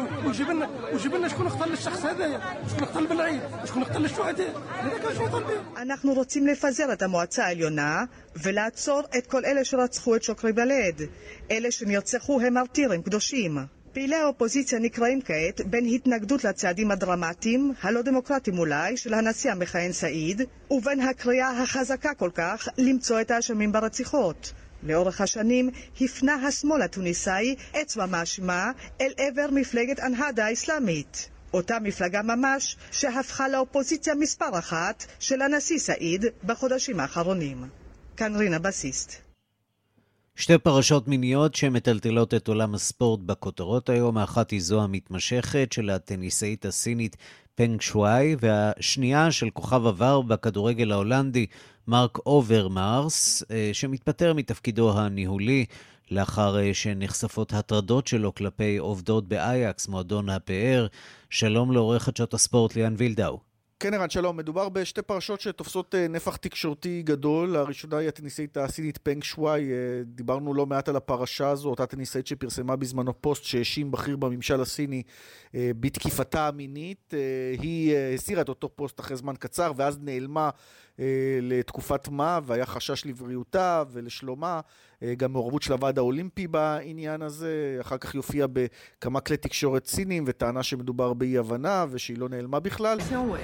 ويجيب لنا شكون اختل الشخص هذايا شكون اختل بالعيد شكون اختل الشهداء هذا كان شيء طبيعي. אנחנו רוצים לפזר את המועצה העליונה ולעצור את כל אלה שרצחו את שוקרי בלד. אלה שנרצחו הם מרטירים קדושים. פעילי האופוזיציה נקראים כעת בין התנגדות לצעדים הדרמטיים, הלא דמוקרטיים אולי, של הנשיא המכהן סעיד, ובין הקריאה החזקה כל כך למצוא את האשמים ברציחות. לאורך השנים הפנה השמאל הטוניסאי אצבע מאשימה אל עבר מפלגת אנהדה האסלאמית. אותה מפלגה ממש שהפכה לאופוזיציה מספר 1 של הנשיא סעיד בחודשים האחרונים. כאן רינה בסיסט. שתי פרשות מיניות שמטלטלות את עולם הספורט בכותרות היום. האחת היא זו המתמשכת של הטניסאית הסינית פנג שוואי, והשנייה של כוכב עבר בכדורגל ההולנדי מרק אוברמארס, שמתפטר מתפקידו הניהולי לאחר שנחשפות הטרדות שלו כלפי עובדות באייקס, מועדון הפאר. שלום לעורך חדשות הספורט ליאן וילדאו. כן ערן, שלום. מדובר בשתי פרשות שתופסות נפח תקשורתי גדול. הראשונה היא הטניסאית הסינית פנג שוואי. דיברנו לא מעט על הפרשה הזו, אותה טניסאית שפרסמה בזמנו פוסט שהאשים בכיר בממשל הסיני בתקיפתה המינית. היא הסירה את אותו פוסט אחרי זמן קצר ואז נעלמה לתקופת מה, והיה חשש לבריאותה ולשלומה, גם מעורבות של הוועד האולימפי בעניין הזה. אחר כך יופיע בכמה כלי תקשורת סינים וטענה שמדובר באי הבנה ושהיא לא נעלמה בכלל.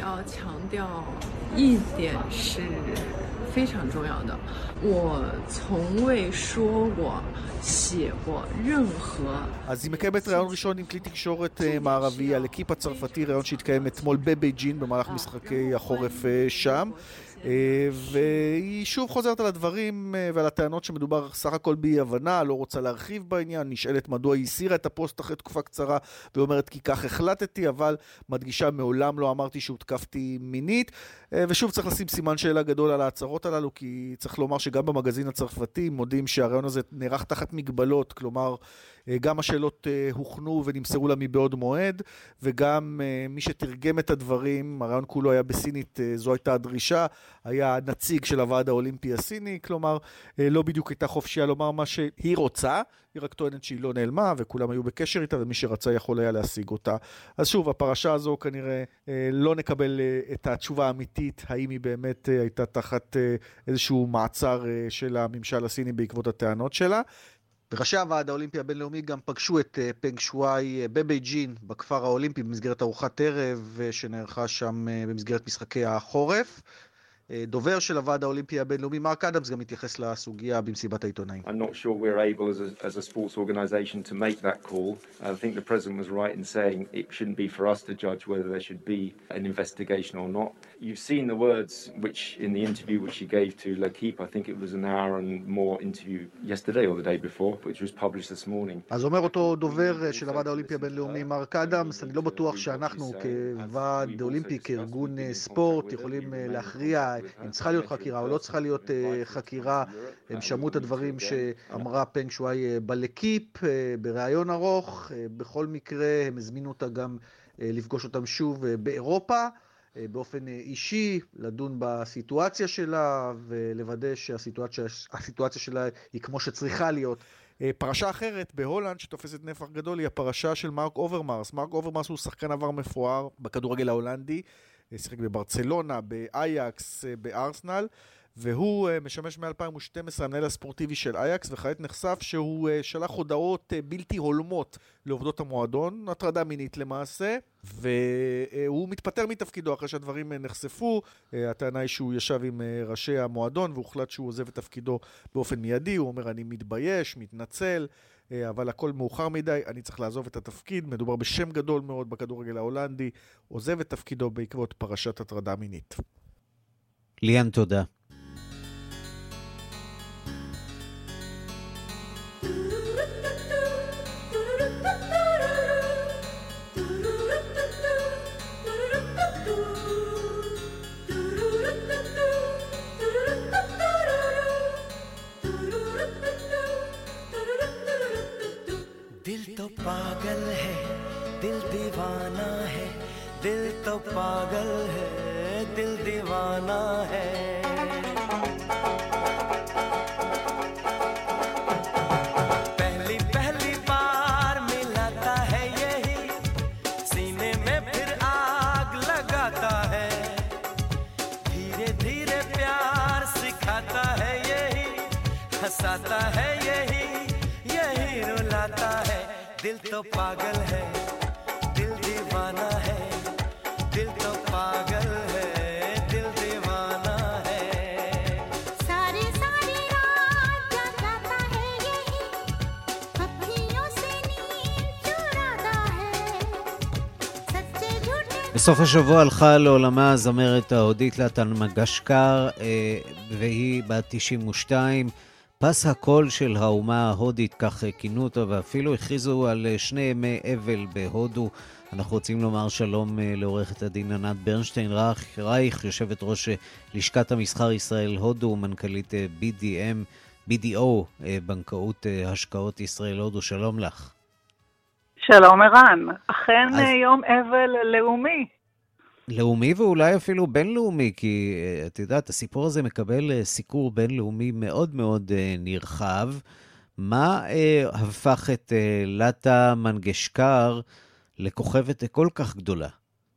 אז היא מקיימת רעיון ראשון עם כלי תקשורת מערבי על אקיפ הצרפתי, רעיון שהתקיים אתמול בבייג'ין במהלך משחקי החורף שם, והיא שוב חוזרת על הדברים ועל הטענות שמדובר סך הכל באי הבנה, לא רוצה להרחיב בעניין. נשאלת מדוע היא הסירה את הפוסט אחרי תקופה קצרה ואומרת כי כך החלטתי, אבל מדגישה מעולם לא אמרתי שהותקפתי מינית. ושוב צריך לשים סימן שאלה גדול על ההצהרות הללו, כי צריך לומר שגם במגזין הצרפתי מודים שהרעיון הזה נערך תחת מגבלות, כלומר גם השאלות הוכנו ונמסרו לה מבעוד מועד, וגם מי שתרגם את הדברים, הרעיון כולו היה בסינית, זו הייתה הדרישה, היה נציג של הוועד האולימפי הסיני, כלומר לא בדיוק הייתה חופשייה לומר מה שהיא רוצה, היא רק טוענת שהיא לא נעלמה וכולם היו בקשר איתה ומי שרצה יכול היה להשיג אותה. אז שוב, הפרשה הזו כנראה לא נקבל את התשובה האמיתית, האם היא באמת הייתה תחת איזשהו מעצר של הממשל הסיני בעקבות הטענות שלה. וראשי הוועד האולימפי הבינלאומי גם פגשו את פנג שוואי בבייג'ין, בכפר האולימפי, במסגרת ארוחת ערב שנערכה שם במסגרת משחקי החורף. דובר של הוועד האולימפי הבינלאומי מרק אדמס גם התייחס לסוגיה במסיבת העיתונאים. I'm not sure we're able as a sports organization to make that call. I think the president was right in saying it shouldn't be for us to judge whether there should be an investigation or not. You've seen the words which in the interview which she gave to L'Equipe, I think it was an hour and more interview yesterday or the day before, which was published this morning. אז אומר אותו דובר של הוועד האולימפי הבינלאומי מרק אדמס, אני לא בטוח שאנחנו כוועד אולימפי, כארגון ספורט, יכולים להכריע אם צריכה להיות חקירה או לא צריכה להיות חקירה. הם שמעו את הדברים שאמרה פנג שוואי בלקיפ בראיון ארוך. בכל מקרה הם הזמינו אותה גם לפגוש אותם שוב באירופה באופן אישי, לדון בסיטואציה שלה ולוודא שהסיטואציה שלה היא כמו שצריכה להיות. פרשה אחרת בהולנד שתופסת נפח גדול היא הפרשה של מרק אוברמארס. מרק אוברמארס הוא שחקן עבר מפואר בכדורגל ההולנדי, שיחק בברצלונה, באייקס, בארסנל, והוא משמש מ-2012 המנהל הספורטיבי של אייקס, וכעת נחשף שהוא שלח הודעות בלתי הולמות לעובדות המועדון, הטרדה מינית למעשה, והוא מתפטר מתפקידו אחרי שהדברים נחשפו. הטענה היא שהוא ישב עם ראשי המועדון והוחלט שהוא עוזב את תפקידו באופן מיידי. הוא אומר אני מתבייש, מתנצל, אבל הכל מאוחר מדי, אני צריך לעזוב את התפקיד. מדובר בשם גדול מאוד בכדורגל ההולנדי, עוזב את תפקידו בעקבות פרשת הטרדה מינית. ליאן, תודה. पागल है दिल दीवाना है दिल तो पागल है दिल दीवाना है पहली पहली बार मिलाता है यही सीने में फिर आग लगाता है धीरे धीरे प्यार सिखाता है यही हंसाता है यही यही रुलाता है दिल तो पागल है दिल दीवाना है दिल तो पागल है दिल दीवाना है सारी सारी रात जगाता है यही अखियों से नींद चुराता है सच्चे झूठे. בסוף השבוע הלכה לעולמה הזמרת ההודית לאטן מנגשקר, והיא בת 92. פס הקול של האומה ההודית, כך כינו אותו, ואפילו הכריזו על 2 ימי אבל בהודו. אנחנו רוצים לומר שלום לעורכת הדין ענת ברנשטיין רייך, יושבת ראש לשכת המסחר ישראל הודו, ומנכ"לית BDO, בנקאות השקעות ישראל הודו. שלום לך. שלום ערן, אכן יום אבל לאומי. לאומי ואולי אפילו בינלאומי, כי את יודעת, הסיפור הזה מקבל סיקור בינלאומי מאוד מאוד נרחב. מה הפך את לטה מנגשקר לכוכבת כל כך גדולה?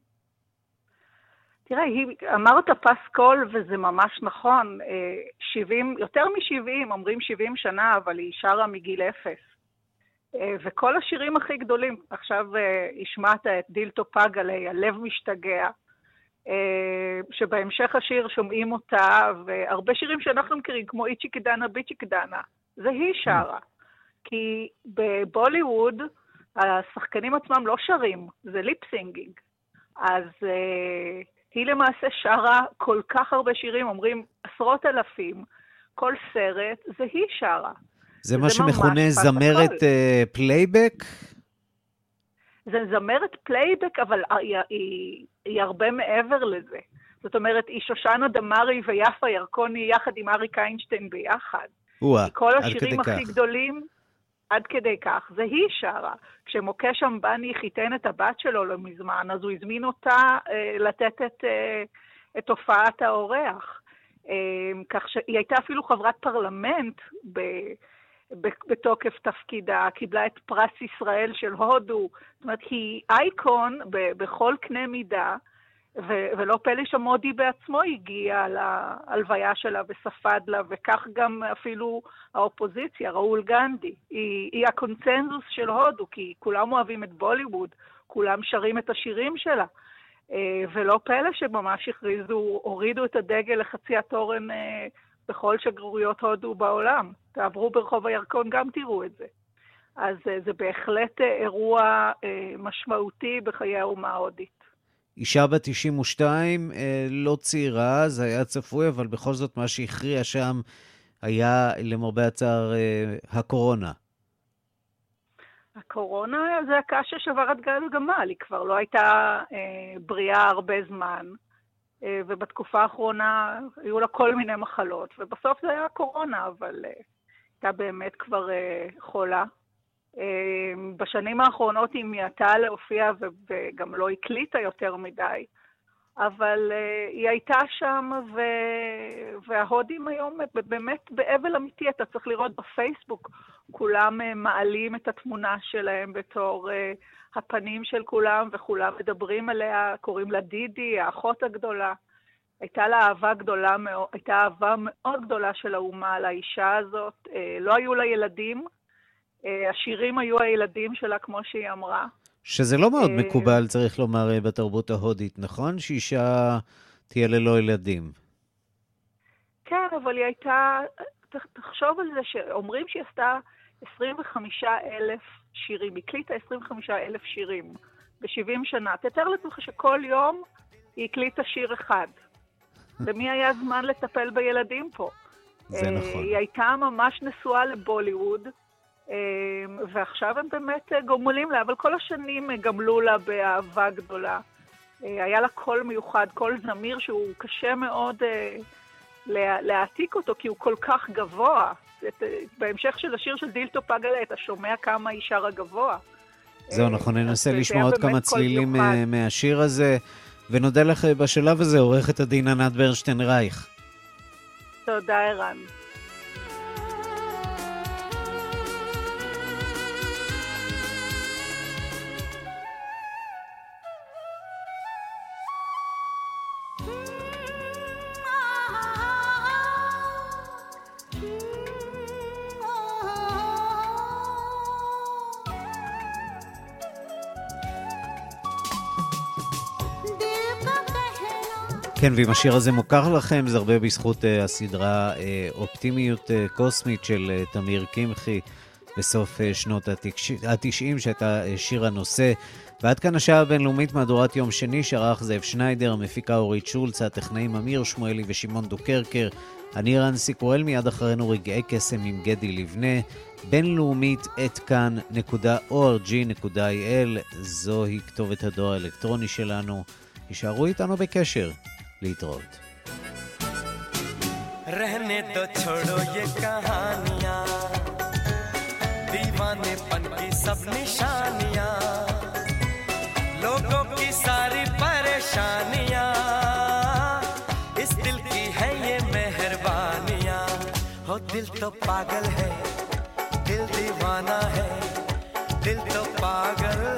תראה, אמרת פס קול וזה ממש נכון, יותר מ-70, אומרים 70 שנה, אבל היא שרה מגיל 0. וכל השירים הכי גדולים, עכשיו השמעת את דילטו פגלי, הלב משתגע, שבהמשך השיר שומעים אותה, והרבה שירים שאנחנו מכירים, כמו איצ'י קדנה ביצ'י קדנה, זה היא שרה. כי בבוליווד, השחקנים עצמם לא שרים, זה ליפסינגינג. אז היא למעשה שרה כל כך הרבה שירים, אומרים 10,000, כל סרט, זה היא שרה. זה מה שמכונה זמרת פלייבק? זה זמרת פלייבק, אבל היא הרבה מעבר לזה. זאת אומרת, היא שושנה דמארי ויפה ירקוני יחד עם אריק איינשטיין ביחד. כל השירים הכי גדולים, עד כדי כך, זה היא שרה. כשמוקש אמבני חיתן את הבת שלו לא מזמן, אז הוא הזמין אותה לתת את הופעת האורח. כך שהיא הייתה אפילו חברת פרלמנט בתוקף תפקידה, קיבלה את פרס ישראל של הודו, זאת אומרת, היא אייקון בכל קנה מידה, ולא פלא שמודי בעצמו הגיע להלוויה שלה וספד לה, וכך גם אפילו האופוזיציה, ראול גנדי, היא הקונצנזוס של הודו, כי כולם אוהבים את בוליווד, כולם שרים את השירים שלה, ולא פלא שממש הורידו את הדגל לחצי התורן בכל שגרירויות הודו בעולם. תעברו ברחוב הירקון, גם תראו את זה. אז זה בהחלט אירוע משמעותי בחיי האומה ההודית. אישה בת 92, לא צעירה, זה היה צפוי, אבל בכל זאת מה שהכריע שם היה למרבה הצער הקורונה. הקורונה זה הקש ששבר את גל גמל, היא כבר לא הייתה בריאה הרבה זמן, ובתקופה האחרונה היו לה כל מיני מחלות, ובסוף זה היה הקורונה, אבל הייתה באמת כבר חולה. בשנים האחרונות היא מיעטה להופיע וגם לא הקליטה יותר מדי, אבל היא הייתה שם, וההודים היום באמת באבל אמיתי, אתה צריך לראות בפייסבוק, כולם מעלים את התמונה שלהם בתור הפנים של כולם, וכולם מדברים עליה, קוראים לה דידי, האחות הגדולה. הייתה לה אהבה גדולה מאוד, הייתה אהבה מאוד גדולה של האומה על האישה הזאת, לא היו לה ילדים, השירים היו הילדים שלה, כמו שהיא אמרה. שזה לא מאוד מקובל, צריך לומר, בתרבות ההודית, נכון? שאישה תהיה ללא ילדים. כן, אבל היא הייתה, תחשוב על זה שאומרים שהיא עשתה 25,000 שירים, היא הקליטה 25,000 שירים ב-70 שנה. תתאר לעצמך שכל יום היא הקליטה שיר אחד. למי היה זמן לטפל בילדים פה? זה נכון. היא הייתה ממש נשואה לבוליווד, ועכשיו הם באמת גומלים לה, אבל כל השנים גמלו לה באהבה גדולה. היה לה קול מיוחד, קול זמיר שהוא קשה מאוד להעתיק אותו, כי הוא כל כך גבוה. בהמשך של השיר של דילטו פגלה, אתה שומע כמה היא שרה גבוה. זהו, אנחנו ננסה לשמוע עוד כמה צלילים מהשיר הזה, ונודה לך בשלב הזה, עורכת הדין ענת ברנשטיין רייך. תודה, ערן. כן, ואם השיר הזה מוכר לכם, זה הרבה בזכות הסדרה אופטימיות קוסמית של תמיר קמחי, בסוף שנות ה-90 שהייתה שיר הנושא. ועד כאן השעה הבינלאומית מהדורת יום שני, שערך זאב שניידר, המפיקה אורית שולץ, הטכנאים אמיר שמואלי ושמעון דוקרקר. אני רנסי קורל, מיד אחרינו רגעי קסם עם גדי לבנה. בינלאומית @kan.org.il, זוהי כתובת הדואר האלקטרוני שלנו. יישארו איתנו בקשר. להתראות. रहने दो छोड़ो ये कहानियां, दीवानेपन की सब निशानियां, लोगों की सारी परेशानियां, इस दिल की है ये मेहरबानियां। हो दिल तो पागल है, दिल दीवाना है, दिल तो पागल